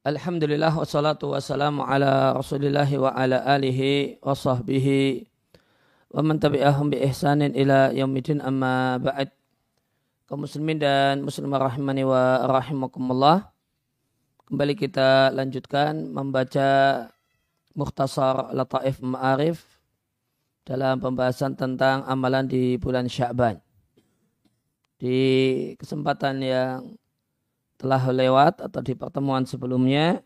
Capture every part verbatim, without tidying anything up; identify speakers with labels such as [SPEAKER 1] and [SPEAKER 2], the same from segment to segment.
[SPEAKER 1] Alhamdulillah wassalatu wassalamu ala rasulillahi wa ala alihi wa sahbihi wa man tabi'ahum bi ihsanin ila yaumidin amma ba'd. Kaum muslimin dan muslimah rahimani wa rahimakumullah. Kembali kita lanjutkan membaca Mukhtasar Lataif Ma'arif dalam pembahasan tentang amalan di bulan Sya'ban. Di kesempatan yang telah lewat atau di pertemuan sebelumnya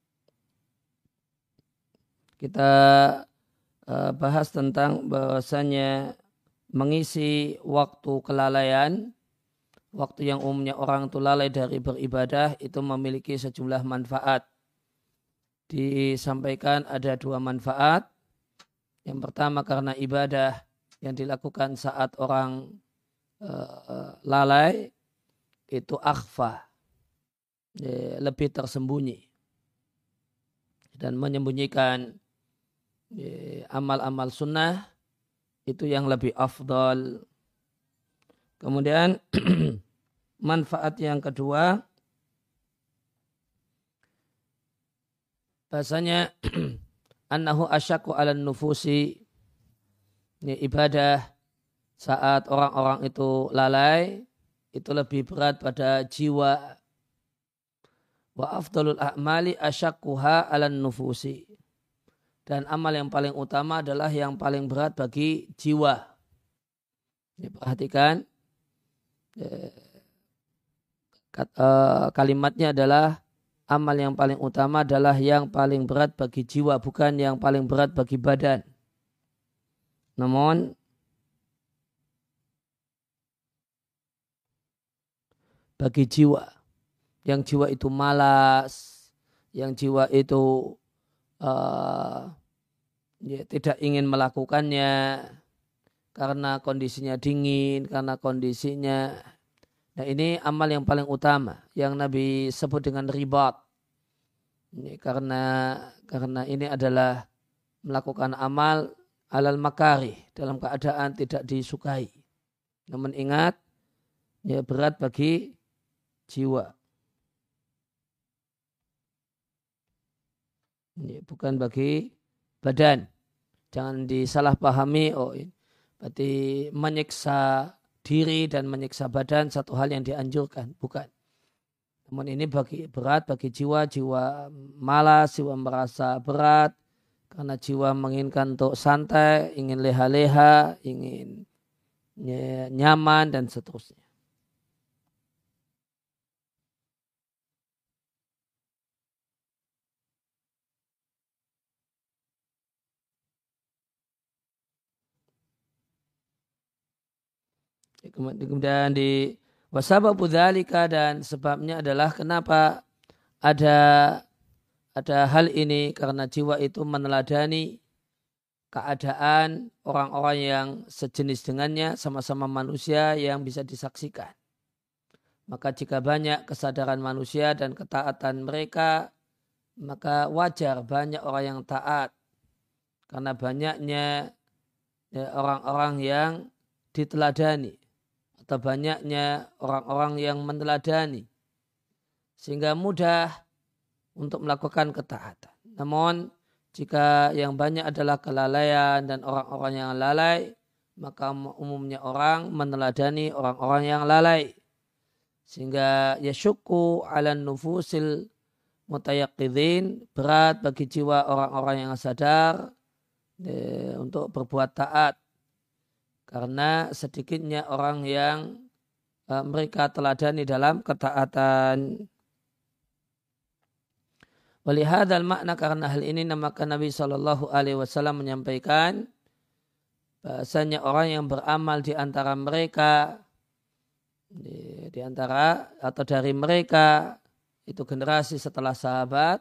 [SPEAKER 1] kita uh, bahas tentang bahwasanya mengisi waktu kelalaian, waktu yang umumnya orang itu lalai dari beribadah itu memiliki sejumlah manfaat. Disampaikan ada dua manfaat. Yang pertama karena ibadah yang dilakukan saat orang uh, lalai itu akhfa, lebih tersembunyi dan menyembunyikan amal-amal sunnah itu yang lebih afdal. Kemudian manfaat yang kedua, bahasanya annahu asyaku ala nufusi, ibadah saat orang-orang itu lalai itu lebih berat pada jiwa. Wa afdalul a'mali asyakkuha alan nufusi. Dan amal yang paling utama adalah yang paling berat bagi jiwa. Ini perhatikan. Kalimatnya adalah amal yang paling utama adalah yang paling berat bagi jiwa, bukan yang paling berat bagi badan. Namun bagi jiwa. Yang jiwa itu malas, yang jiwa itu uh, ya, tidak ingin melakukannya karena kondisinya dingin, karena kondisinya. Nah ini amal yang paling utama, yang Nabi sebut dengan ribat. Ini karena karena ini adalah melakukan amal alal makarih dalam keadaan tidak disukai. Namun ingat, ya berat bagi jiwa. Ini bukan bagi badan. Jangan disalahpahami, oh berarti menyiksa diri dan menyiksa badan satu hal yang dianjurkan. Bukan. Namun ini bagi berat bagi jiwa, jiwa malas, jiwa merasa berat, karena jiwa menginginkan untuk santai, ingin leha-leha, ingin nyaman dan seterusnya. Kemudian di wasababu dzalika, dan sebabnya adalah kenapa ada ada hal ini karena jiwa itu meneladani keadaan orang-orang yang sejenis dengannya, sama-sama manusia yang bisa disaksikan. Maka jika banyak kesadaran manusia dan ketaatan mereka, maka wajar banyak orang yang taat karena banyaknya orang-orang yang diteladani. Atau banyaknya orang-orang yang meneladani sehingga mudah untuk melakukan ketaatan. Namun jika yang banyak adalah kelalaian dan orang-orang yang lalai, maka umumnya orang meneladani orang-orang yang lalai sehingga yasyukku ala nufusil mutayaqqidhin, berat bagi jiwa orang-orang yang sadar de, untuk berbuat taat. Karena sedikitnya orang yang uh, mereka teladani dalam ketaatan. Walihadzal makna, karena hal ini maka Nabi shallallahu alaihi wasallam menyampaikan bahasanya orang yang beramal di antara mereka, di, di antara atau dari mereka, itu generasi setelah sahabat,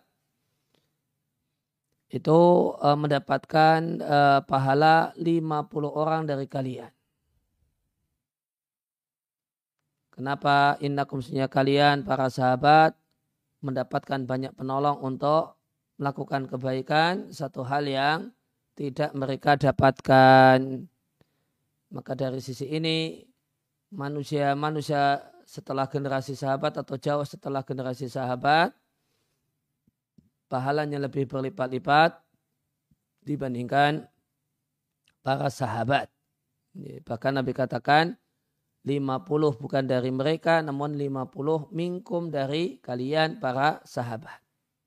[SPEAKER 1] itu uh, mendapatkan uh, pahala lima puluh orang dari kalian. Kenapa? Innakum sunya kalian para sahabat mendapatkan banyak penolong untuk melakukan kebaikan, satu hal yang tidak mereka dapatkan. Maka dari sisi ini manusia-manusia setelah generasi sahabat atau jauh setelah generasi sahabat pahalanya lebih berlipat-lipat dibandingkan para sahabat. Bahkan Nabi katakan lima puluh bukan dari mereka namun lima puluh minkum dari kalian para sahabat.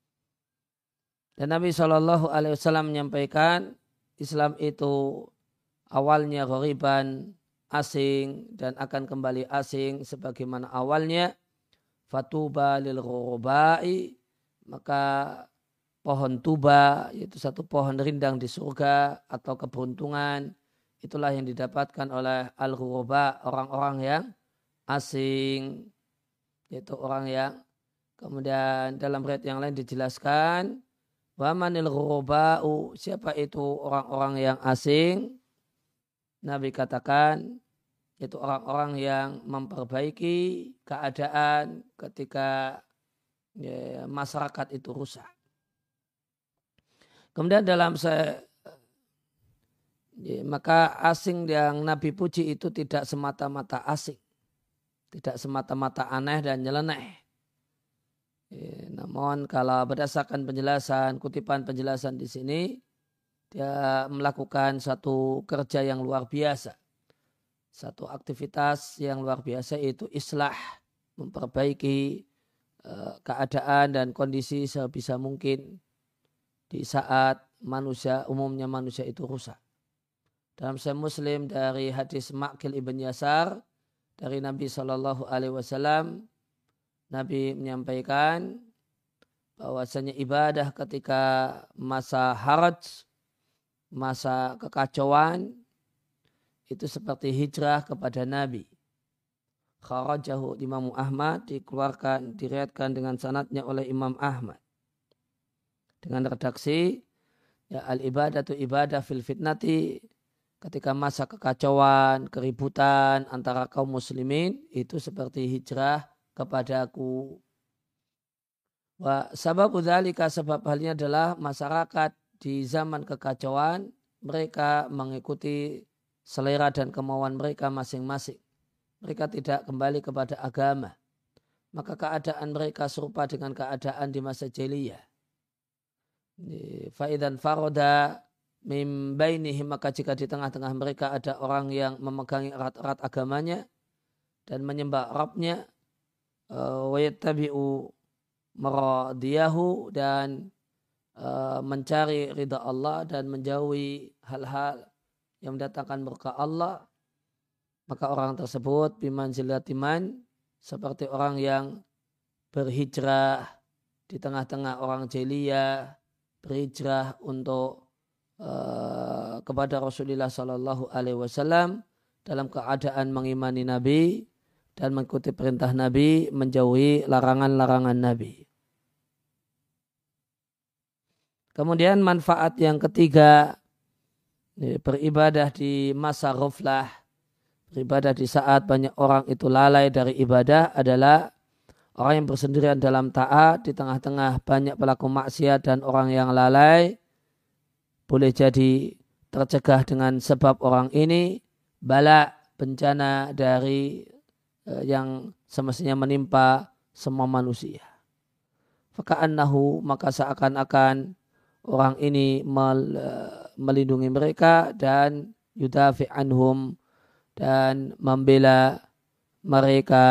[SPEAKER 1] Dan Nabi shallallahu alaihi wasallam menyampaikan Islam itu awalnya ghoriban, asing dan akan kembali asing sebagaimana awalnya. Fatuba lil ghurabai, maka pohon tuba, yaitu satu pohon rindang di surga atau keberuntungan, itulah yang didapatkan oleh al-ghuraba, orang-orang yang asing, yaitu orang yang, kemudian dalam riwayat yang lain dijelaskan, wa manil ghuraba'u, siapa itu orang-orang yang asing? Nabi katakan, yaitu orang-orang yang memperbaiki keadaan ketika ya, masyarakat itu rusak. Kemudian dalam saya, ya, maka asing yang Nabi puji itu tidak semata-mata asing. Tidak semata-mata aneh dan nyeleneh. Ya, namun kalau berdasarkan penjelasan, kutipan penjelasan di sini, dia melakukan satu kerja yang luar biasa. Satu aktivitas yang luar biasa yaitu islah, memperbaiki uh, keadaan dan kondisi sebisa mungkin di saat manusia, umumnya manusia itu rusak. Dalam Sahih Muslim dari hadis Ma'qil ibn Yasar dari Nabi shallallahu alaihi wasallam, Nabi menyampaikan bahwasanya ibadah ketika masa haraj, masa kekacauan, itu seperti hijrah kepada Nabi. Kharajahu Imam Ahmad, dikeluarkan, diriwayatkan dengan sanadnya oleh Imam Ahmad. Dengan redaksi, ya al-ibadatu ibadah fil fitnati, ketika masa kekacauan, keributan antara kaum muslimin, itu seperti hijrah kepadaku. Wa sababu dzalika, sebab halnya adalah masyarakat di zaman kekacauan, mereka mengikuti selera dan kemauan mereka masing-masing. Mereka tidak kembali kepada agama. Maka keadaan mereka serupa dengan keadaan di masa jahiliyah. Fa'idan faroda mim bainihim, maka jika di tengah-tengah mereka ada orang yang memegangi erat-erat agamanya dan menyembah Rabbnya, wa yattabi'u maradiyahu, dan uh, mencari ridha Allah dan menjauhi hal-hal yang mendatangkan berkah Allah, maka orang tersebut bimanzilatiman, seperti orang yang berhijrah di tengah-tengah orang jahiliyah, berhijrah untuk uh, kepada Rasulullah Sallallahu Alaihi Wasallam dalam keadaan mengimani Nabi dan mengikuti perintah Nabi, menjauhi larangan-larangan Nabi. Kemudian manfaat yang ketiga, beribadah di masa ghaflah, beribadah di saat banyak orang itu lalai dari ibadah, adalah orang yang bersendirian dalam taat di tengah-tengah banyak pelaku maksiat dan orang yang lalai, boleh jadi tercegah dengan sebab orang ini bala, bencana dari eh, yang semestinya menimpa semua manusia. Faka'annahu, maka seakan-akan orang ini mel, melindungi mereka dan yudafi anhum, dan membela mereka.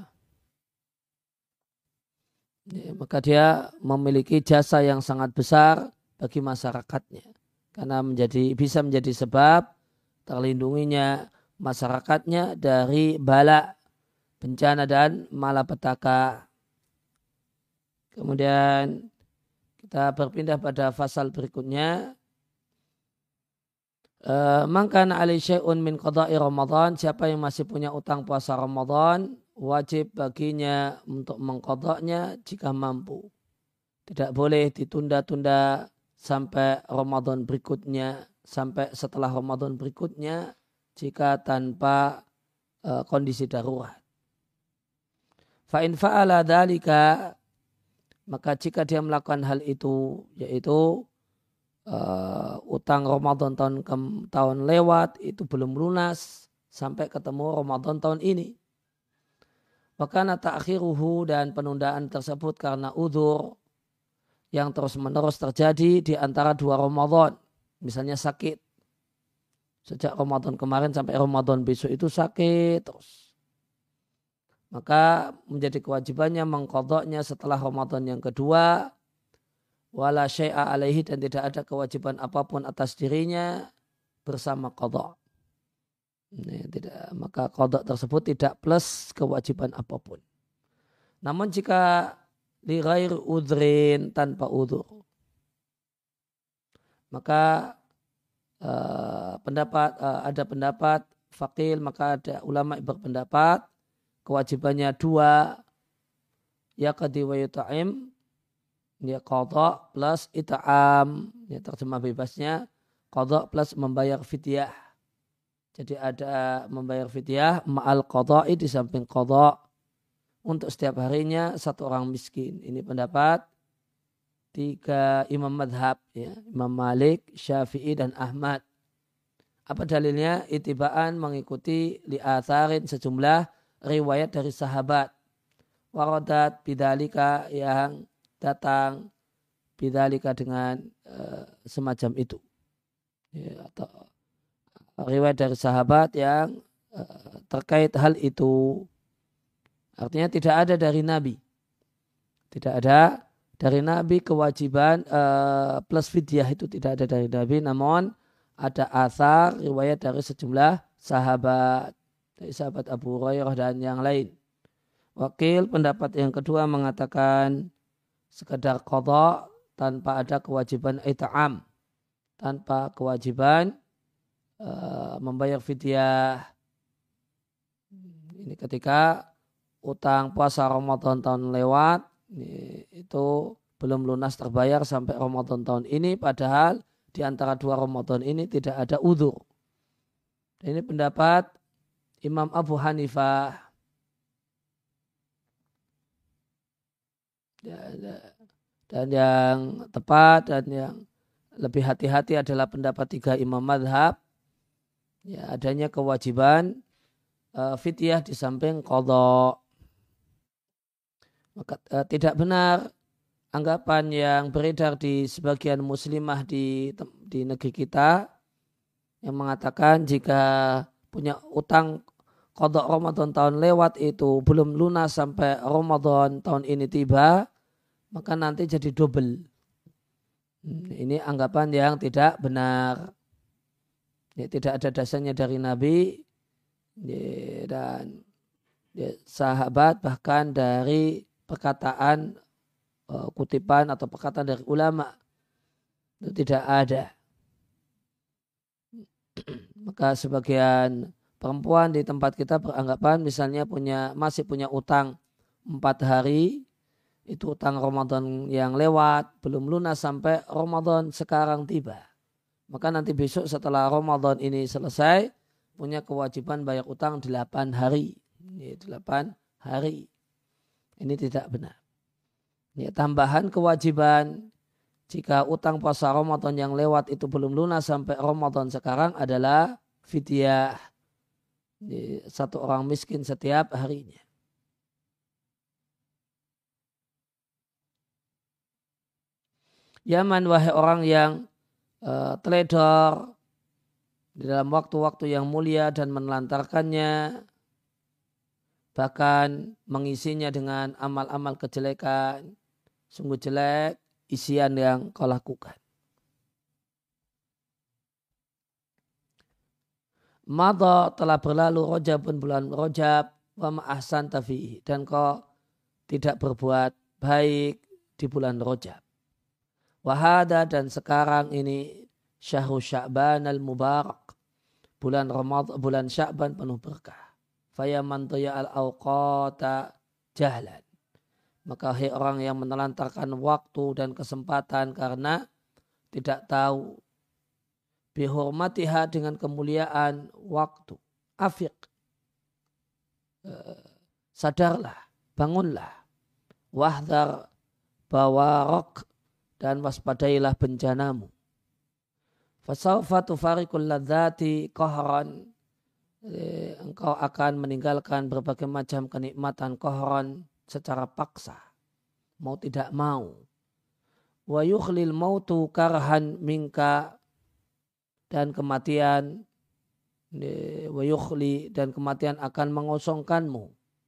[SPEAKER 1] Ya, maka dia memiliki jasa yang sangat besar bagi masyarakatnya, karena menjadi bisa menjadi sebab terlindunginya masyarakatnya dari bala, bencana dan malapetaka. Kemudian kita berpindah pada fasal berikutnya. Mangkana alai syai'un min qada'i Ramadan, siapa yang masih punya utang puasa Ramadan, wajib baginya untuk mengqadanya jika mampu. Tidak boleh ditunda-tunda sampai Ramadan berikutnya, sampai setelah Ramadan berikutnya jika tanpa uh, kondisi darurat. Fa in fa'ala dzalika, maka jika dia melakukan hal itu, yaitu Uh, utang Ramadan tahun ke tahun lewat itu belum lunas sampai ketemu Ramadan tahun ini. Wa kana ta'khiruhu, dan penundaan tersebut karena udzur, yang terus-menerus terjadi di antara dua Ramadan. Misalnya sakit. Sejak Ramadan kemarin sampai Ramadan besok itu sakit terus. Maka menjadi kewajibannya mengqadha'nya setelah Ramadan yang kedua. Wala syai'a alaihi, dan tidak ada kewajiban apapun atas dirinya bersama qadha'. Ini tidak, maka qadha' tersebut tidak plus kewajiban apapun. Namun jika li ghair udhrin, tanpa udhur, maka uh, pendapat uh, ada pendapat faqil, maka ada ulama yang berpendapat kewajibannya dua, ya qadi wa yuta'im, ya qadha plus ita'am, ya terjemah bebasnya qadha plus membayar fidyah. Jadi ada membayar fidyah ma'al qadha'i, di samping qadha, untuk setiap harinya satu orang miskin. Ini pendapat tiga imam madhab, ya, Imam Malik, Syafi'i, dan Ahmad. Apa dalilnya? Itibaan, mengikuti li'atharin, sejumlah riwayat dari sahabat. Waradat bidalika, yang datang bidalika dengan uh, semacam itu. Ya, atau riwayat dari sahabat yang uh, terkait hal itu. Artinya tidak ada dari Nabi. Tidak ada dari Nabi kewajiban uh, plus fidyah, itu tidak ada dari Nabi. Namun ada athar riwayat dari sejumlah sahabat. Dari sahabat Abu Hurairah dan yang lain. Wakil pendapat yang kedua mengatakan sekedar qadha tanpa ada kewajiban it'am. Tanpa kewajiban uh, membayar fidyah. Ini ketika utang puasa Ramadan tahun lewat, itu belum lunas terbayar sampai Ramadan tahun ini, padahal di antara dua Ramadan ini tidak ada udhur. Ini pendapat Imam Abu Hanifah. Dan yang tepat dan yang lebih hati-hati adalah pendapat tiga imam madhab. Ya, adanya kewajiban uh, fidyah di samping qadha. Maka uh, tidak benar anggapan yang beredar di sebagian muslimah di di negeri kita yang mengatakan jika punya utang qadha Ramadan tahun lewat itu belum lunas sampai Ramadan tahun ini tiba, maka nanti jadi double. Ini anggapan yang tidak benar. Ya, tidak ada dasarnya dari Nabi ya, dan ya, sahabat, bahkan dari perkataan uh, kutipan atau perkataan dari ulama itu tidak ada. Maka sebagian perempuan di tempat kita beranggapan misalnya punya masih punya utang empat hari, itu utang Ramadan yang lewat belum lunas sampai Ramadan sekarang tiba. Maka nanti besok setelah Ramadan ini selesai punya kewajiban bayar utang delapan hari. Ini delapan hari. Ini tidak benar. Ya, tambahan kewajiban jika utang puasa Ramadan yang lewat itu belum lunas sampai Ramadan sekarang adalah fidyah satu orang miskin setiap harinya. Yaman, wahai orang yang uh, teledor di dalam waktu-waktu yang mulia dan menelantarkannya, bahkan mengisinya dengan amal-amal kejelekan, sungguh jelek isian yang kau lakukan. Madha, telah berlalu Rajabun, bulan Rajab, wa ma ahsanta fihi, dan kau tidak berbuat baik di bulan Rajab. Wahada, dan sekarang ini Syahru Sya'ban al-Mubarak, bulan Ramadan, bulan Sya'ban penuh berkah. Fayaman toya al-awqata jahlan, maka hai orang yang menelantarkan waktu dan kesempatan karena tidak tahu, bihormatiha, dengan kemuliaan waktu, afiq, sadarlah, bangunlah, wahdar bawarok, dan waspadailah bencanamu. Fasawfa tufarikul ladzati qahran, engkau akan meninggalkan berbagai macam kenikmatan qahran secara paksa, mau tidak mau. wa yukhlil mautu karhan minka, dan kematian wa yukhli, dan kematian akan mengosongkanmu.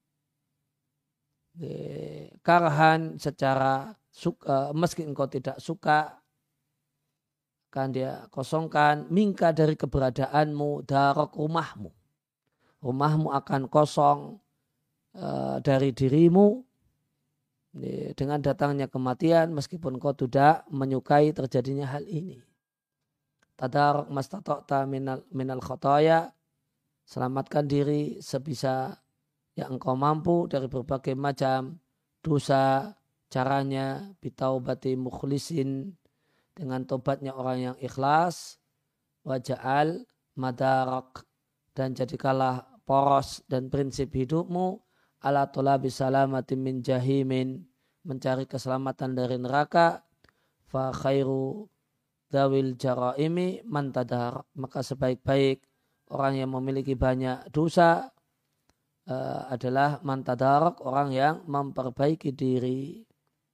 [SPEAKER 1] Karhan secara suka, meski engkau tidak suka, akan dia kosongkan minka dari keberadaanmu, darok rumahmu. Rumahmu akan kosong uh, dari dirimu dengan datangnya kematian, meskipun kau tidak menyukai terjadinya hal ini. Tadarok mastata'ta minal, minal khotoya, selamatkan diri sebisa yang engkau mampu dari berbagai macam dosa. Caranya bitaubati mukhlisin, dengan tobatnya orang yang ikhlas, waja'al madarak, dan jadikanlah poros dan prinsip hidupmu ala tulabi salamatin min jahimin, mencari keselamatan dari neraka. Fa khairu dawil jaraimi man tadar, maka sebaik-baik orang yang memiliki banyak dosa uh, adalah man tadarak, orang yang memperbaiki diri.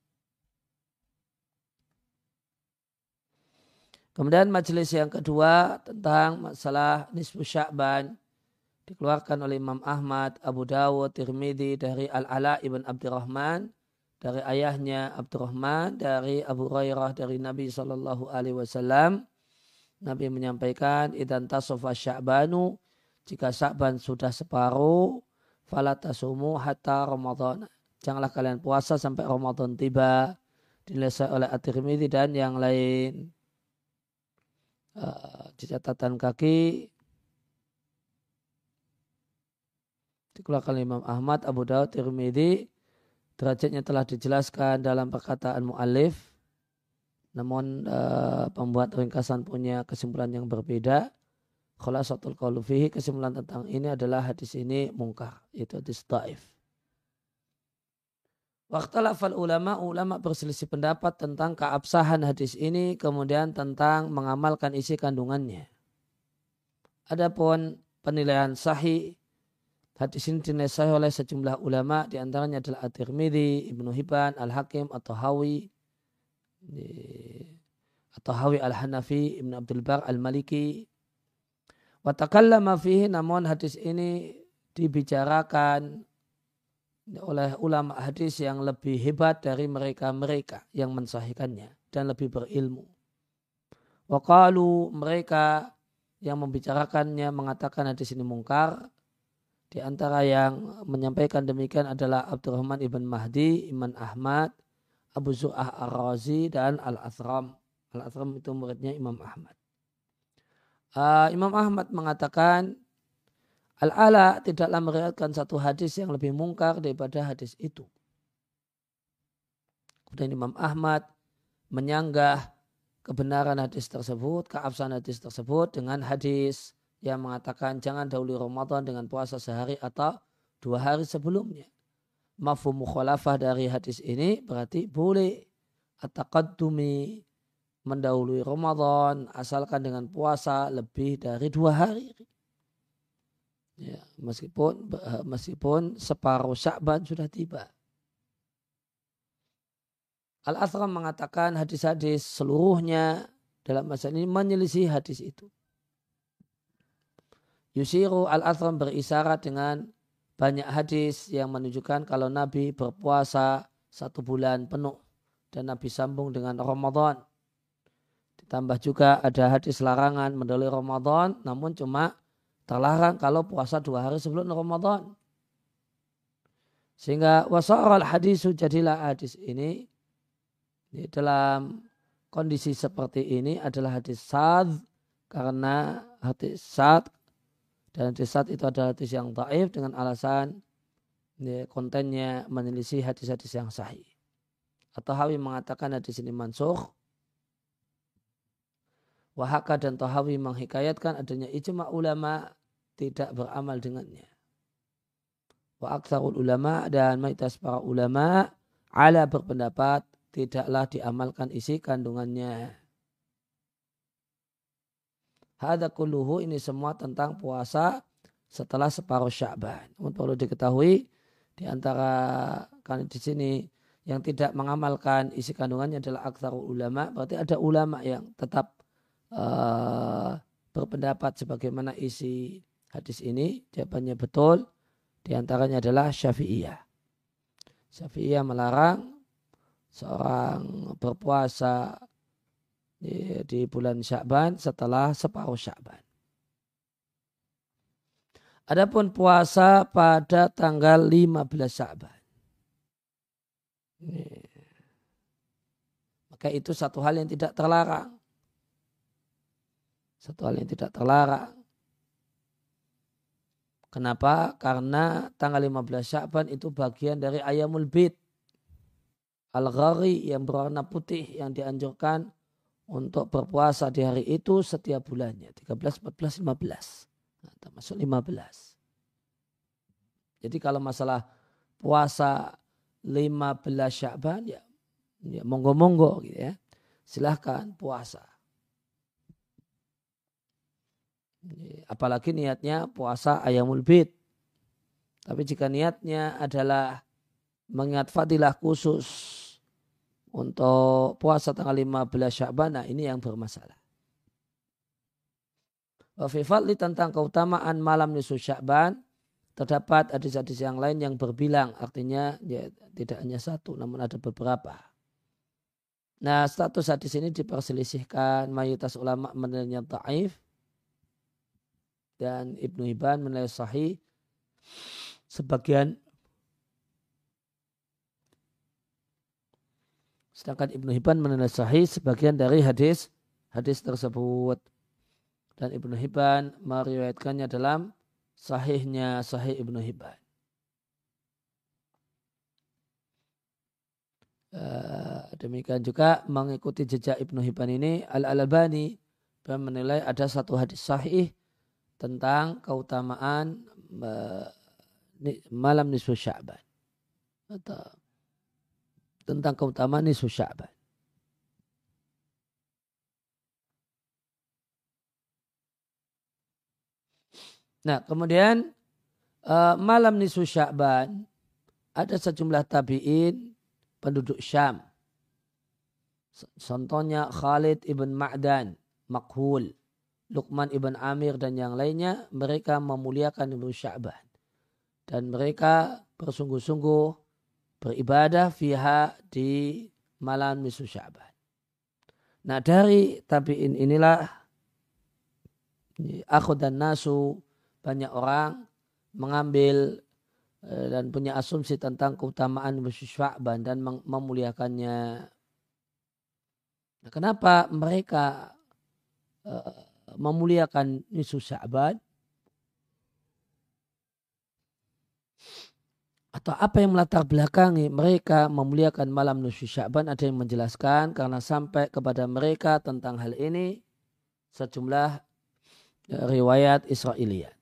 [SPEAKER 1] Kemudian majelis yang kedua tentang masalah nisfu Sya'ban, dikeluarkan oleh Imam Ahmad, Abu Dawud, Tirmidzi dari Al-Ala ibn Abdurrahman, dari ayahnya Abdurrahman, dari Abu Hurairah, dari Nabi shallallahu alaihi wasallam. Nabi menyampaikan, idan tasofa Sya'banu, jika Sya'ban sudah separuh, fala tasumu hatta Ramadan, janganlah kalian puasa sampai Ramadan tiba. Dinilai oleh At-Tirmidzi dan yang lain. Uh, di catatan kaki dikeluarkan oleh Imam Ahmad, Abu Dawud, Tirmidzi. Derajatnya telah dijelaskan dalam perkataan mu'allif, namun uh, pembuat ringkasan punya kesimpulan yang berbeda. Khulasatul qaulu fihi, kesimpulan tentang ini adalah hadis ini mungkar, yaitu hadis dhaif. Waqtalafal ulama, ulama berselisih pendapat tentang keabsahan hadis ini, kemudian tentang mengamalkan isi kandungannya. Adapun penilaian sahih, hadis ini dinilai sahih oleh sejumlah ulama, di antaranya adalah At-Tirmidzi, Ibnu Hibban, Al-Hakim, At-Tahawi, At-Tahawi Al-Hanafi, Ibnu Abdul Bar Al-Maliki. Wa takallama fihi, namun hadis ini dibicarakan oleh ulama hadis yang lebih hebat dari mereka-mereka yang mensahihkannya dan lebih berilmu. Wa qalu, mereka yang membicarakannya mengatakan hadis ini mungkar. Di antara yang menyampaikan demikian adalah Abdurrahman ibn Mahdi, Imam Ahmad, Abu Zu'ah Ar-Razi, dan Al-Athram. Al-Athram itu muridnya Imam Ahmad. Uh, Imam Ahmad mengatakan Al-Ala tidaklah meriwayatkan satu hadis yang lebih mungkar daripada hadis itu. Kemudian Imam Ahmad menyanggah kebenaran hadis tersebut, keabsahan hadis tersebut dengan hadis yang mengatakan jangan dahului Ramadan dengan puasa sehari atau dua hari sebelumnya. Mafhum mukhalafah dari hadis ini berarti boleh at-taqaddumi, mendahului Ramadan asalkan dengan puasa lebih dari dua hari. Ya, meskipun meskipun separuh Sya'ban sudah tiba. Al-Athram mengatakan hadis-hadis seluruhnya dalam masalah ini menyelisih hadis itu. Yusiru, Al-Athram berisyarat dengan banyak hadis yang menunjukkan kalau Nabi berpuasa satu bulan penuh dan Nabi sambung dengan Ramadan. Ditambah juga ada hadis larangan mendahului Ramadan, namun cuma terlarang kalau puasa dua hari sebelum Ramadan. Sehingga wasa'al hadisu, jadilah hadis ini dalam kondisi seperti ini adalah hadis sad, karena hadis sad dan hadis sad itu adalah hadis yang dhaif dengan alasan ya, kontennya menyelisih hadis-hadis yang sahih. At-Tahawi mengatakan hadis ini mansukh. Wahaka dan Tahawi menghikayatkan adanya ijma' ulama tidak beramal dengannya. Wa aktsarul ulama, dan mayoritas para ulama ala berpendapat tidaklah diamalkan isi kandungannya. Hadza kulluhu, ini semua tentang puasa setelah separuh Sya'ban. Namun perlu diketahui di antara kan di sini yang tidak mengamalkan isi kandungannya adalah aktsarul ulama, berarti ada ulama yang tetap uh, berpendapat sebagaimana isi hadis ini. Jawabannya betul. Di antaranya adalah Syafi'iyah. Syafi'iyah melarang seorang berpuasa di, di bulan Sya'ban setelah separuh Sya'ban. Adapun puasa pada tanggal lima belas Sya'ban. Maka itu satu hal yang tidak terlarang. Satu hal yang tidak terlarang. Kenapa? Karena tanggal lima belas Sya'ban itu bagian dari Ayyamul Bid. Al-Ghari yang berwarna putih yang dianjurkan untuk berpuasa di hari itu setiap bulannya. tiga belas, empat belas, lima belas. Nah, termasuk lima belas. Jadi kalau masalah puasa lima belas Sya'ban ya, ya monggo-monggo gitu ya. Silahkan puasa. Apalagi niatnya puasa Ayyamul Bid. Tapi jika niatnya adalah mengingat fadilah khusus untuk puasa tanggal lima belas Sya'ban, nah ini yang bermasalah. Wa fi fadli tentang keutamaan malam nisfu Sya'ban, terdapat hadis-hadis yang lain yang berbilang, artinya ya, tidak hanya satu namun ada beberapa. Nah, status hadis ini diperselisihkan mayoritas ulama menilainya dhaif dan Ibnu Hibban menilai sahih. Sebagian sedangkan Ibnu Hibban menilai sahih sebagian dari hadis hadis tersebut. Dan Ibnu Hibban meriwayatkannya dalam sahihnya Sahih Ibnu Hibban. Uh, demikian juga mengikuti jejak Ibnu Hibban ini Al-Albani menilai ada satu hadis sahih tentang keutamaan uh, malam nisfu Sya'ban atau tentang keutamaan nisfu Sya'ban. Nah, kemudian uh, malam nisfu Sya'ban ada sejumlah tabi'in penduduk Syam. Contohnya Khalid ibn Ma'dan, Makhul, Luqman ibn Amir dan yang lainnya, mereka memuliakan nisfu Sya'ban. Dan mereka bersungguh-sungguh beribadah fiha di malam nisfu Sya'ban. Nah, dari tabi'in inilah akhud dan nasu, banyak orang mengambil dan punya asumsi tentang keutamaan nisfu Sya'ban dan memuliakannya. Nah, kenapa mereka uh, memuliakan nisfu Sya'ban? Atau apa yang melatar belakangi mereka memuliakan malam nisfu Sya'ban? Ada yang menjelaskan karena sampai kepada mereka tentang hal ini sejumlah riwayat Israiliyat.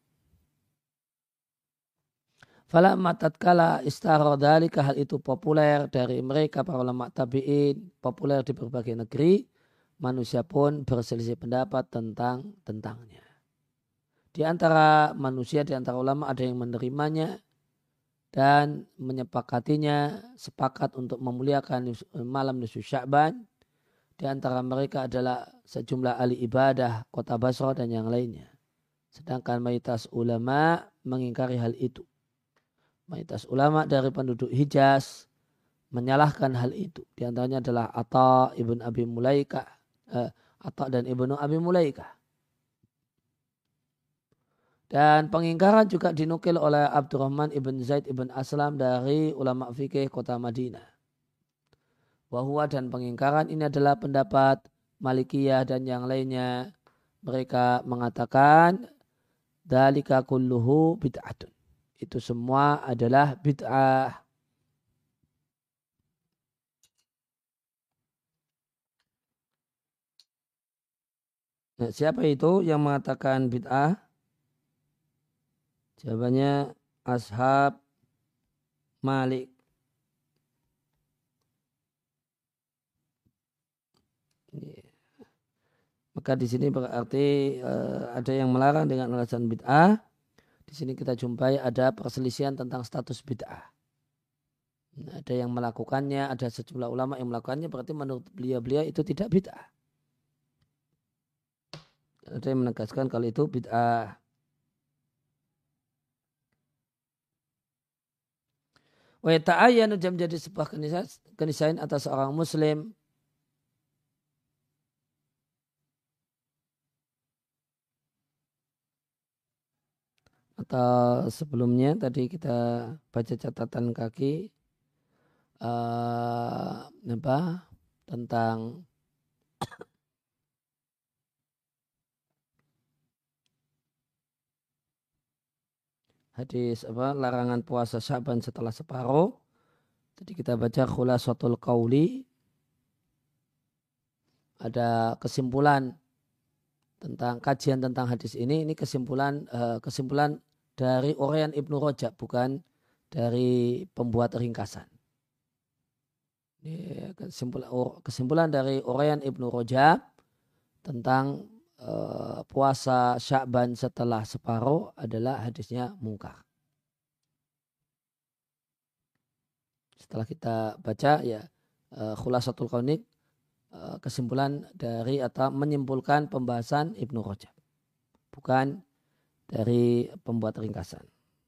[SPEAKER 1] Falamma tatkala istara dzalika, hal itu populer dari mereka para ulama tabi'in, populer di berbagai negeri, manusia pun berselisih pendapat tentang tentangnya. Di antara manusia, di antara ulama ada yang menerimanya dan menyepakatinya, sepakat untuk memuliakan malam nisfu Sya'ban. Di antara mereka adalah sejumlah ahli ibadah kota Basra dan yang lainnya. Sedangkan mayoritas ulama mengingkari hal itu. Mayoritas ulama dari penduduk Hijaz menyalahkan hal itu. Di antaranya adalah Atha ibn Abi Mulaikah, eh, Atha dan ibnu Abi Mulaikah. Dan pengingkaran juga dinukil oleh Abdurrahman ibn Zaid ibn Aslam dari ulama fikih kota Madinah. Wahwa dan pengingkaran ini adalah pendapat Malikiyah dan yang lainnya. Mereka mengatakan dzalika kulluhu bid'atun. Itu semua adalah bid'ah. Nah, siapa itu yang mengatakan bid'ah? Jawabannya ashab Malik. Maka di sini berarti uh, ada yang melarang dengan alasan bid'ah. Di sini kita jumpai ada perselisihan tentang status bid'ah. Ada yang melakukannya, ada sejumlah ulama yang melakukannya, berarti menurut beliau-beliau itu tidak bid'ah. Ada yang menegaskan kalau itu bid'ah. Wa ta'ayyanu jam menjadi sebuah keniscayaan atas seorang muslim atau sebelumnya tadi kita baca catatan kaki uh, apa tentang hadis apa larangan puasa Sya'ban setelah separuh. Tadi kita baca khulasatul qauli, ada kesimpulan tentang kajian tentang hadis ini. Ini kesimpulan uh, kesimpulan dari Uryan Ibnu Rajab, bukan dari pembuat ringkasan. Ini kesimpulan, kesimpulan dari Uryan Ibnu Rajab tentang uh, puasa Sya'ban setelah separuh adalah hadisnya mungkar. Setelah kita baca ya uh, khulasatul qauli, uh, kesimpulan dari atau menyimpulkan pembahasan Ibnu Rajab, bukan dari pembuat ringkasan.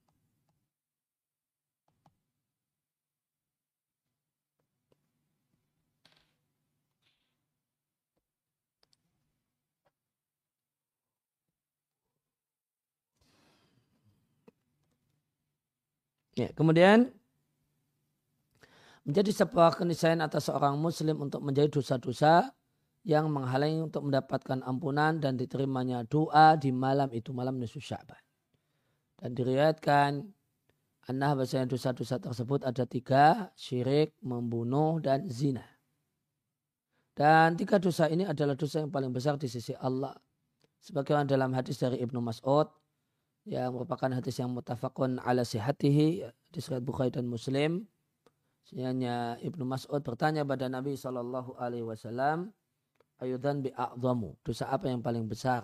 [SPEAKER 1] Ya, kemudian menjadi sebuah keniscayaan atas seorang muslim untuk menjadi dosa-dosa yang menghalangi untuk mendapatkan ampunan dan diterimanya doa di malam itu, malam nisfu Sya'ban. Dan diriwayatkan anna bahasanya dosa-dosa tersebut ada tiga: syirik, membunuh, dan zina. Dan tiga dosa ini adalah dosa yang paling besar di sisi Allah. Sebagaimana dalam hadis dari Ibnu Mas'ud yang merupakan hadis yang muttafaqun ala sihatihi, hadis riwayat Bukhari dan Muslim. Sehingga Ibnu Mas'ud bertanya pada Nabi shallallahu alaihi wasallam, ayudan bi a'zamu, dosa apa yang paling besar?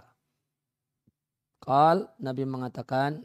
[SPEAKER 1] Qal, Nabi mengatakan,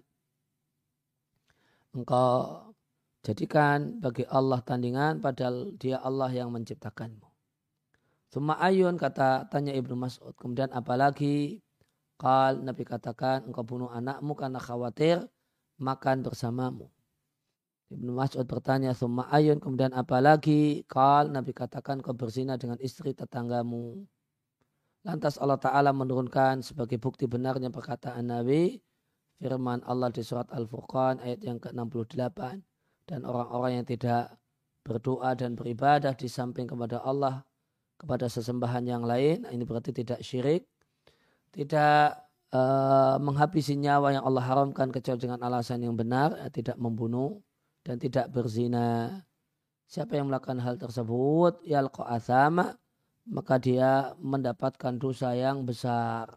[SPEAKER 1] engkau jadikan bagi Allah tandingan padahal dia Allah yang menciptakanmu. Summa ayun, kata tanya Ibnu Mas'ud, kemudian apalagi? Qal, Nabi katakan, engkau bunuh anakmu karena khawatir makan bersamamu. Ibnu Mas'ud bertanya, summa ayun, kemudian apalagi? Qal, Nabi katakan, kau berzina dengan istri tetanggamu. Lantas Allah Ta'ala menurunkan sebagai bukti benarnya perkataan Nabi, firman Allah di surat Al-Furqan ayat yang ke enam puluh delapan. Dan orang-orang yang tidak berdoa dan beribadah di samping kepada Allah, kepada sesembahan yang lain, ini berarti tidak syirik, tidak uh, menghabisi nyawa yang Allah haramkan kecuali dengan alasan yang benar, ya, tidak membunuh dan tidak berzina. Siapa yang melakukan hal tersebut, yalqa athama, maka dia mendapatkan dosa yang besar.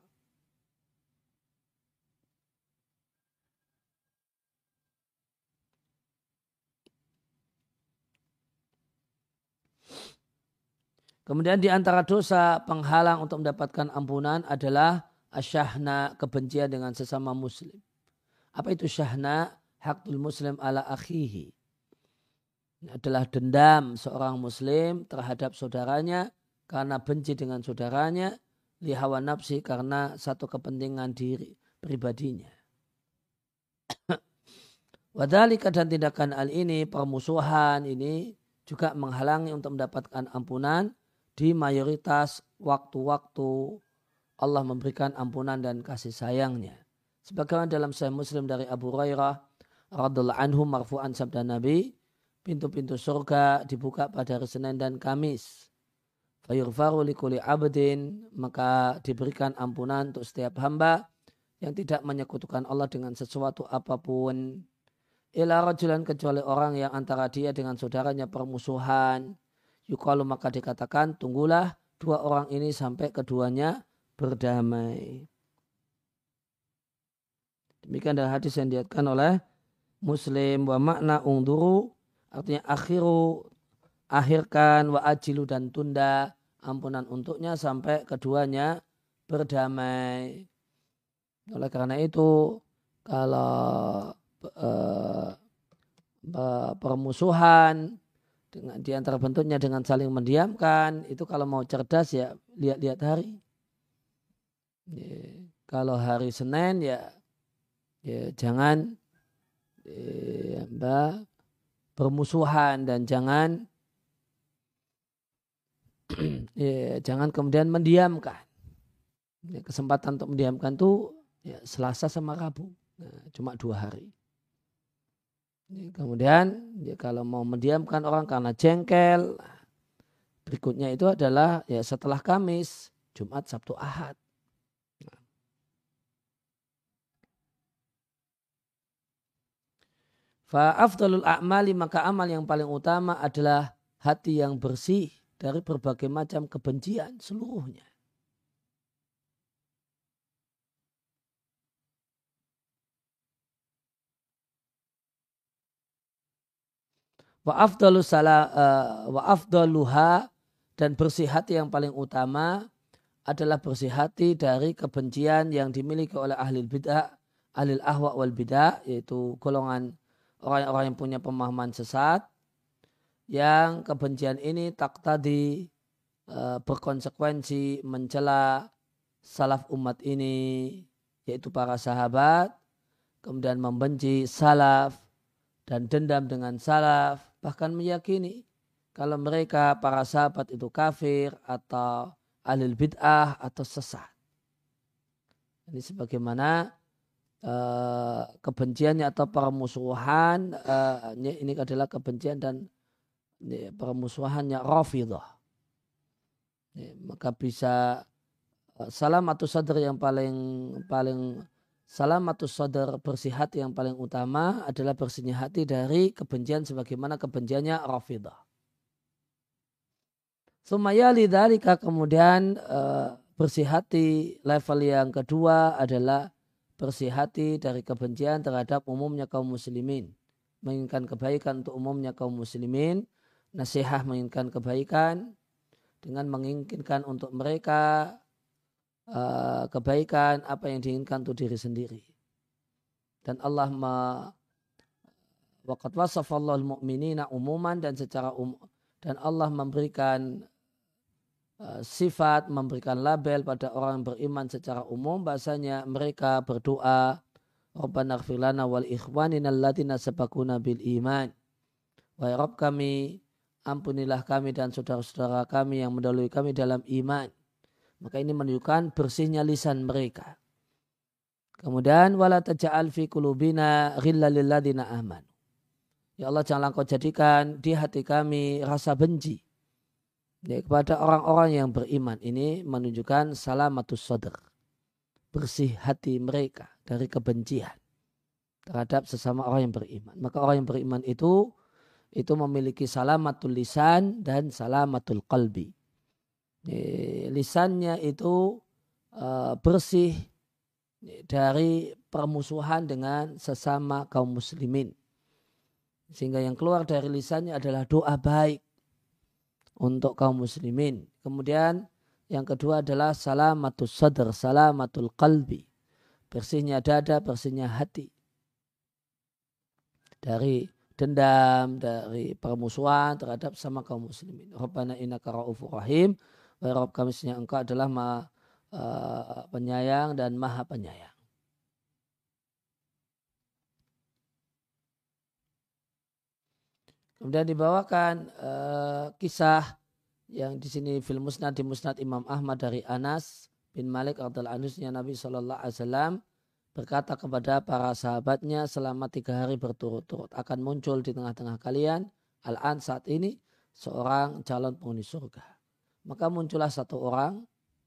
[SPEAKER 1] Kemudian di antara dosa penghalang untuk mendapatkan ampunan adalah asyahna, kebencian dengan sesama muslim. Apa itu syahna? Hakul muslim ala akhihi. Ini adalah dendam seorang muslim terhadap saudaranya karena benci dengan saudaranya, li hawa nafsi, karena satu kepentingan diri pribadinya. Wadhalika, dan tindakan al ini, permusuhan ini juga menghalangi untuk mendapatkan ampunan di mayoritas waktu-waktu Allah memberikan ampunan dan kasih sayangnya. Sebagaimana dalam Sahih Muslim dari Abu Hurairah radhiallahu anhu marfu'an, sabda Nabi, pintu-pintu surga dibuka pada hari Senin dan Kamis. Fayurfaru likuli abdin, maka diberikan ampunan untuk setiap hamba yang tidak menyekutukan Allah dengan sesuatu apapun. Ila rajulan, kecuali orang yang antara dia dengan saudaranya permusuhan. Yukalu, maka dikatakan, tunggulah dua orang ini sampai keduanya berdamai. Demikian adalah hadis yang diriwayatkan oleh Muslim. Wa makna ungduru, artinya akhiru, akhirkan, wa ajilu, dan tunda ampunan untuknya sampai keduanya berdamai. Oleh karena itu, kalau uh, permusuhan Dengan di antara bentuknya dengan saling mendiamkan. Itu kalau mau cerdas ya lihat-lihat hari. Ya, kalau hari Senin ya, ya jangan ya, mbak, bermusuhan dan jangan ya, jangan kemudian mendiamkan. Ya, kesempatan untuk mendiamkan tuh ya, Selasa sama Rabu, nah, cuma dua hari. Ya, kemudian ya, kalau mau mendiamkan orang karena jengkel, berikutnya itu adalah ya setelah Kamis, Jumat, Sabtu, Ahad. Fa afdalul a'mali, maka amal yang paling utama adalah hati yang bersih dari berbagai macam kebencian seluruhnya. Wa afdalu salah uh, wa afdaluha, dan bersih hati yang paling utama adalah bersih hati dari kebencian yang dimiliki oleh ahli bid'ah, ahli ahwa wal bid'ah, yaitu golongan orang-orang yang punya pemahaman sesat, yang kebencian ini tak tadi uh, berkonsekuensi mencela salaf umat ini, yaitu para sahabat, kemudian membenci salaf dan dendam dengan salaf, bahkan meyakini kalau mereka para sahabat itu kafir atau ahli bid'ah atau sesat. Ini sebagaimana uh, kebenciannya atau permusuhan uh, ini adalah kebencian dan ini, permusuhannya Rafidhah. Maka bisa uh, salamatus sadr yang paling paling salamatus sadr, bersih hati yang paling utama adalah bersihnya hati dari kebencian sebagaimana kebenciannya Rafidhah. Sumayali dzalika, kemudian uh, bersih hati level yang kedua adalah bersih hati dari kebencian terhadap umumnya kaum muslimin. Menginginkan kebaikan untuk umumnya kaum muslimin. Nasihat menginginkan kebaikan dengan menginginkan untuk mereka uh, kebaikan apa yang diinginkan untuk diri sendiri. Dan Allah ma waqad wasafallahu al-mu'minina umuman, dan secara um, dan Allah memberikan sifat, memberikan label pada orang yang beriman secara umum, bahasanya mereka berdoa, Rabbana ighfir lana wal ikhwanina alladziina sabaquna bil iman. Wahai Rabb kami, ampunilah kami dan saudara-saudara kami yang mendahului kami dalam iman. Maka ini menunjukkan bersihnya lisan mereka. Kemudian wala taj'al fi qulubina ghillal lil ladziina amanu. Ya Allah, janganlah Engkau jadikan di hati kami rasa benci ya, kepada orang-orang yang beriman. Ini menunjukkan salamatus sadr, bersih hati mereka dari kebencian terhadap sesama orang yang beriman. Maka orang yang beriman itu itu memiliki salamatul lisan dan salamatul qalbi. Lisannya itu uh, bersih dari permusuhan dengan sesama kaum muslimin, sehingga yang keluar dari lisannya adalah doa baik untuk kaum muslimin. Kemudian yang kedua adalah salamatus sadr, salamatul qalbi, bersihnya dada, bersihnya hati dari dendam, dari permusuhan terhadap sama kaum muslimin. Rabbana innaka ra'ufur rahim. Wa Rabb kami, sesungguhnya Engkau adalah maha uh, penyayang dan maha penyayang. Kemudian dibawakan uh, kisah yang di sini fil musnad, di musnad Imam Ahmad dari Anas bin Malik radhiyallahu anhu, Nabi shallallahu alaihi wasallam berkata kepada para sahabatnya, selama tiga hari berturut-turut akan muncul di tengah-tengah kalian al-an, saat ini, seorang calon penghuni surga. Maka muncullah satu orang.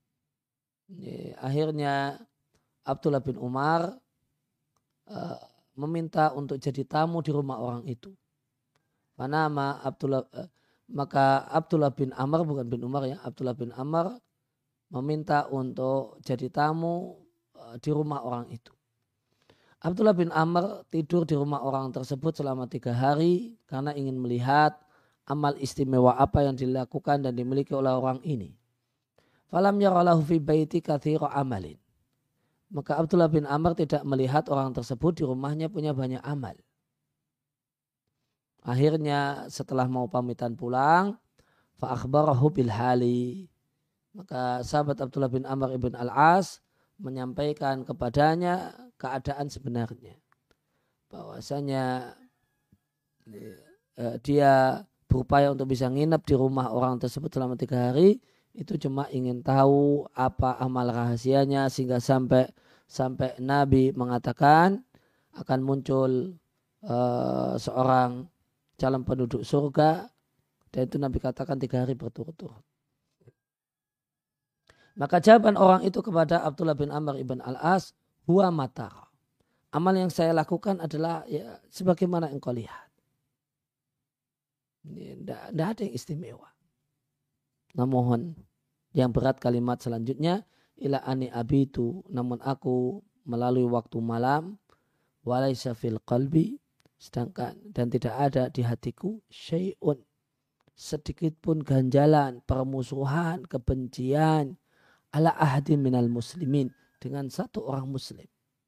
[SPEAKER 1] Akhirnya Abdullah bin Umar uh, meminta untuk jadi tamu di rumah orang itu. Nama Abdullah, uh, maka Abdullah bin Amr, bukan bin Umar ya, Abdullah bin Amr meminta untuk jadi tamu uh, di rumah orang itu. Abdullah bin Amr tidur di rumah orang tersebut selama tiga hari karena ingin melihat amal istimewa apa yang dilakukan dan dimiliki oleh orang ini. Falam yaralahu fi baiti katsira amalin. Maka Abdullah bin Amr tidak melihat orang tersebut di rumahnya punya banyak amal. Akhirnya setelah mau pamitan pulang, fa akhbarahu bil hali. Maka sahabat Abdullah bin Amr ibn Al-As menyampaikan kepadanya keadaan sebenarnya. Bahwasanya dia berupaya untuk bisa nginep di rumah orang tersebut selama tiga hari, itu cuma ingin tahu apa amal rahasianya sehingga sampai sampai Nabi mengatakan akan muncul uh, seorang calon penduduk surga, dan itu Nabi katakan tiga hari berturut-turut. Maka jawaban orang itu kepada Abdullah bin Amr ibn Al-As, huwa matara. Amal yang saya lakukan adalah ya sebagaimana engkau lihat. Tidak ada yang istimewa. Namun yang berat kalimat selanjutnya, ila ani abitu, namun aku melalui waktu malam, walaysa fil qalbi, sedangkan dan tidak ada di hatiku syai'un, sedikit pun ganjalan, permusuhan, kebencian ala ahadin minal muslimin, dengan satu orang muslim.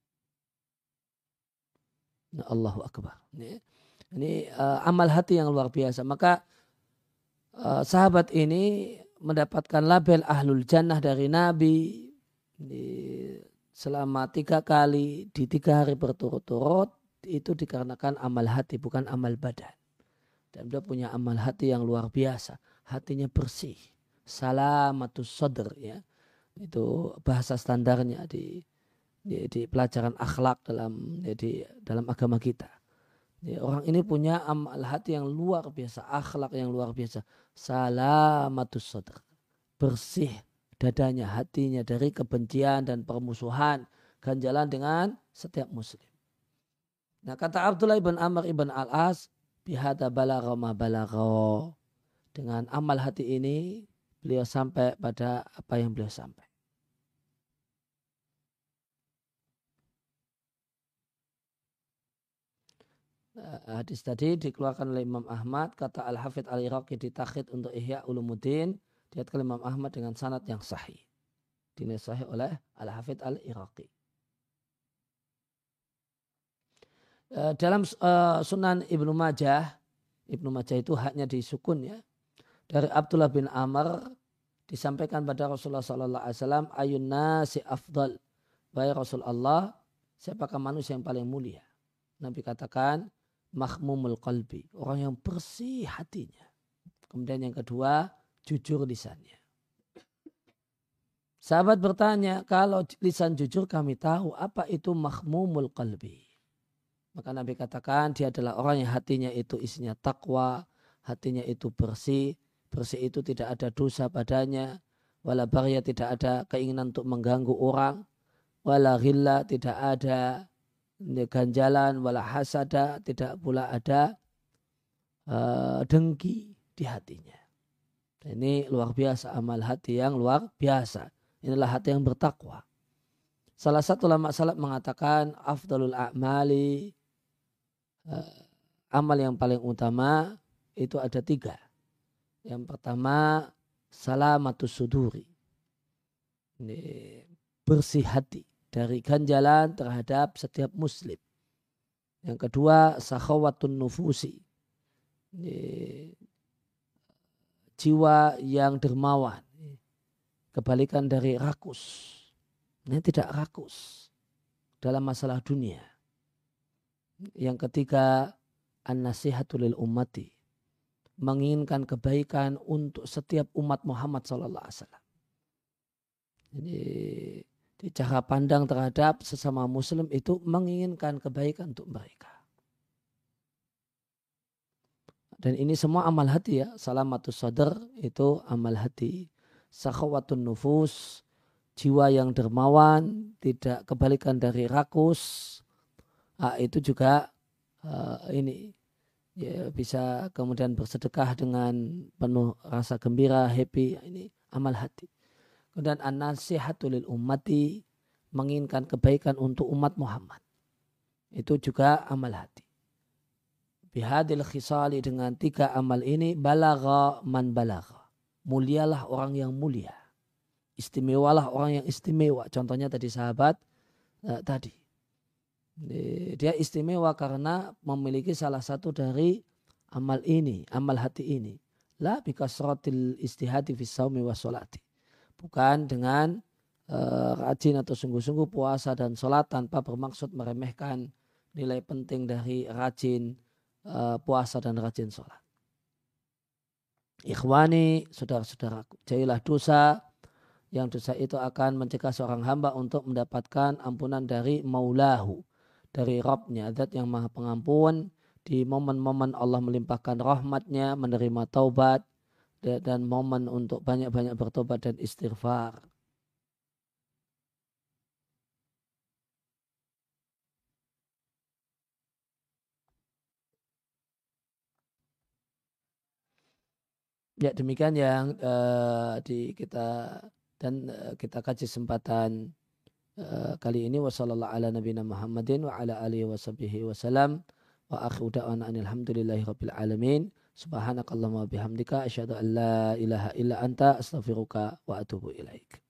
[SPEAKER 1] Nah, Allahu Akbar. Ini, ini uh, amal hati yang luar biasa. Maka uh, sahabat ini mendapatkan label ahlul jannah dari Nabi di, selama tiga kali di tiga hari berturut-turut. Itu dikarenakan amal hati, bukan amal badan. Dan dia punya amal hati yang luar biasa. Hatinya bersih. Salamatus sadr, ya. Itu bahasa standarnya di di, di pelajaran akhlak dalam ya, di dalam agama kita. Ya, orang ini punya amal hati yang luar biasa, akhlak yang luar biasa. Salamatus sadr. Bersih dadanya, hatinya dari kebencian dan permusuhan, ganjalan dengan setiap muslim. Nah, kata Abdullah ibn Amr ibn Al-As, bihada balagha ma balagha. Dengan amal hati ini beliau sampai pada apa yang beliau sampai. Hadis tadi dikeluarkan oleh Imam Ahmad, kata Al-Hafidh Al-Iraqi di Takhid untuk Ihya Ulumuddin, diriwayatkan Imam Ahmad dengan sanad yang sahih. Dinilai sahih oleh Al-Hafidh Al-Iraqi. Dalam uh, Sunan Ibnu Majah, Ibnu Majah itu haknya di sukun, ya. Dari Abdullah bin Amr disampaikan pada Rasulullah sallallahu alaihi wasallam, ayun nasi afdal, wahai Rasulullah, siapakah manusia yang paling mulia? Nabi katakan, makhmumul qalbi, orang yang bersih hatinya. Kemudian yang kedua, jujur lisannya. Sahabat bertanya, kalau lisan jujur kami tahu, apa itu makhmumul qalbi? Maka Nabi katakan, dia adalah orang yang hatinya itu isinya takwa, hatinya itu bersih, bersih itu tidak ada dosa padanya, wala bagya, tidak ada keinginan untuk mengganggu orang, wala ghilla, tidak ada ganjalan, wala hasada, tidak pula ada uh, dengki di hatinya. Ini luar biasa, amal hati yang luar biasa. Inilah hati yang bertakwa. Salah satu ulama salaf mengatakan afdalul a'mali, uh, amal yang paling utama itu ada tiga. Yang pertama, salamatus suduri, ini bersih hati dari ganjalan terhadap setiap muslim. Yang kedua, sakhawatun nufusi, ini jiwa yang dermawan, kebalikan dari rakus. Ini tidak rakus dalam masalah dunia. Yang ketiga, an-nasihatu lil ummati, menginginkan kebaikan untuk setiap umat Muhammad sallallahu alaihi wasallam. Jadi di cara pandang terhadap sesama muslim itu menginginkan kebaikan untuk mereka. Dan ini semua amal hati, ya. Salamatus sadr itu amal hati. Sakhawatun nufus, jiwa yang dermawan, tidak kebalikan dari rakus. Ah, itu juga uh, ini ya, bisa kemudian bersedekah dengan penuh rasa gembira, happy. Ini amal hati. Kemudian an-nasihatu lil ummati, menginginkan kebaikan untuk umat Muhammad. Itu juga amal hati. Bihadil khisali, dengan tiga amal ini, balagha man balagha, mulialah orang yang mulia, istimewalah orang yang istimewa. Contohnya tadi sahabat eh, tadi. Dia istimewa karena memiliki salah satu dari amal ini, amal hati ini. La bikasratil istihadi fi shaumi wa sholati. Bukan dengan uh, rajin atau sungguh-sungguh puasa dan sholat tanpa bermaksud meremehkan nilai penting dari rajin uh, puasa dan rajin sholat. Ikhwani, saudara-saudaraku, jauhilah dosa yang dosa itu akan mencegah seorang hamba untuk mendapatkan ampunan dari maulahu, dari Rabbnya, zat yang maha pengampun. Di momen-momen Allah melimpahkan rahmatnya, menerima taubat, dan momen untuk banyak-banyak bertobat dan istighfar. Ya, demikian yang uh, di kita dan uh, kita kaji kesempatan uh, kali ini. Wassallallahu ala nabiyina Muhammadin wa ala alihi wa sahbihi wasallam. Wa akhiru da'wana alhamdulillahi rabbil alamin. Subhanakallahumma bihamdika asyhadu an la ilaha illa anta astaghfiruka wa atubu ilaik.